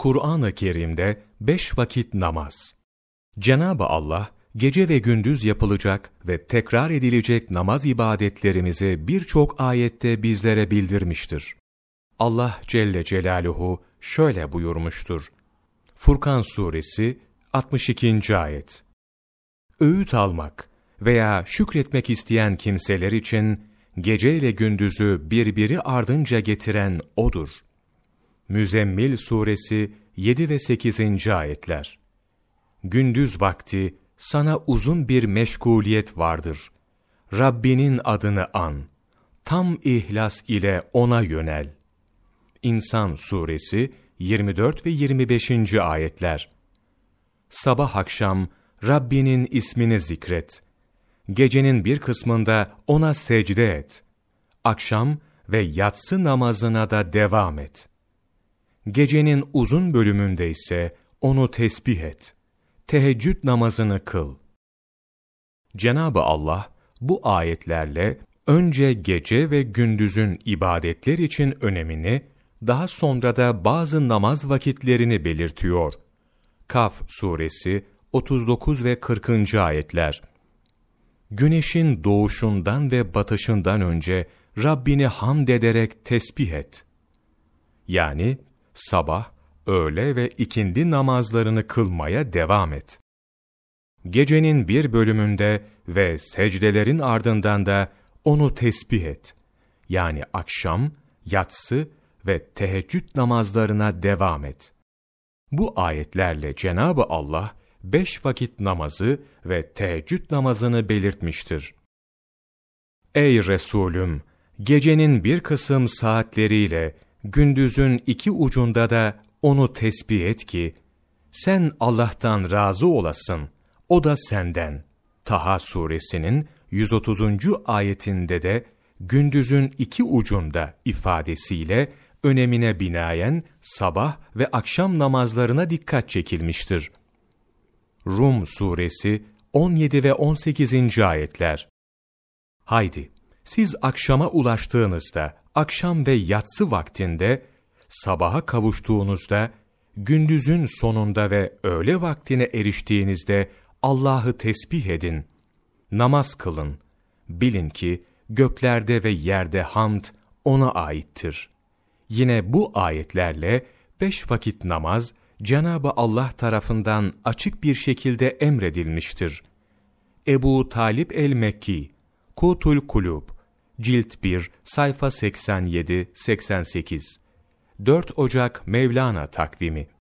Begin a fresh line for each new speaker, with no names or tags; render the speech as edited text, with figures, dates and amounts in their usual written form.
Kur'an-ı Kerim'de 5 vakit namaz. Cenab-ı Allah, gece ve gündüz yapılacak ve tekrar edilecek namaz ibadetlerimizi birçok ayette bizlere bildirmiştir. Allah Celle Celaluhu şöyle buyurmuştur. Furkan Suresi 62. Ayet. Öğüt almak veya şükretmek isteyen kimseler için gece ile gündüzü birbiri ardınca getiren O'dur. Müzzemmil Suresi 7 ve 8. Ayetler. Gündüz vakti sana uzun bir meşguliyet vardır. Rabbinin adını an. Tam ihlas ile O'na yönel. İnsan Suresi 24 ve 25. Ayetler. Sabah akşam Rabbinin ismini zikret. Gecenin bir kısmında O'na secde et. Akşam ve yatsı namazına da devam et. Gecenin uzun bölümünde ise O'nu tesbih et. Teheccüd namazını kıl. Cenab-ı Allah bu ayetlerle önce gece ve gündüzün ibadetler için önemini, daha sonra da bazı namaz vakitlerini belirtiyor. Kaf Suresi 39 ve 40. Ayetler. Güneşin doğuşundan ve batışından önce Rabbini hamd ederek tesbih et. Yani sabah, öğle ve ikindi namazlarını kılmaya devam et. Gecenin bir bölümünde ve secdelerin ardından da O'nu tesbih et. Yani akşam, yatsı ve teheccüd namazlarına devam et. Bu ayetlerle Cenab-ı Allah 5 vakit namazı ve teheccüd namazını belirtmiştir. Ey Resulüm! Gecenin bir kısım saatleriyle gündüzün iki ucunda da O'nu tesbih et ki, sen Allah'tan razı olasın, O da senden. Taha suresinin 130. ayetinde de gündüzün iki ucunda ifadesiyle önemine binaen sabah ve akşam namazlarına dikkat çekilmiştir. Rum suresi 17 ve 18. ayetler. Haydi, siz akşama ulaştığınızda, akşam ve yatsı vaktinde, sabaha kavuştuğunuzda, gündüzün sonunda ve öğle vaktine eriştiğinizde Allah'ı tesbih edin. Namaz kılın. Bilin ki göklerde ve yerde hamd O'na aittir. Yine bu ayetlerle 5 vakit namaz Cenab-ı Allah tarafından açık bir şekilde emredilmiştir. Ebu Talib el-Mekki, Kutul Kulub, Cilt 1, sayfa 87-88, 4 Ocak Mevlana takvimi.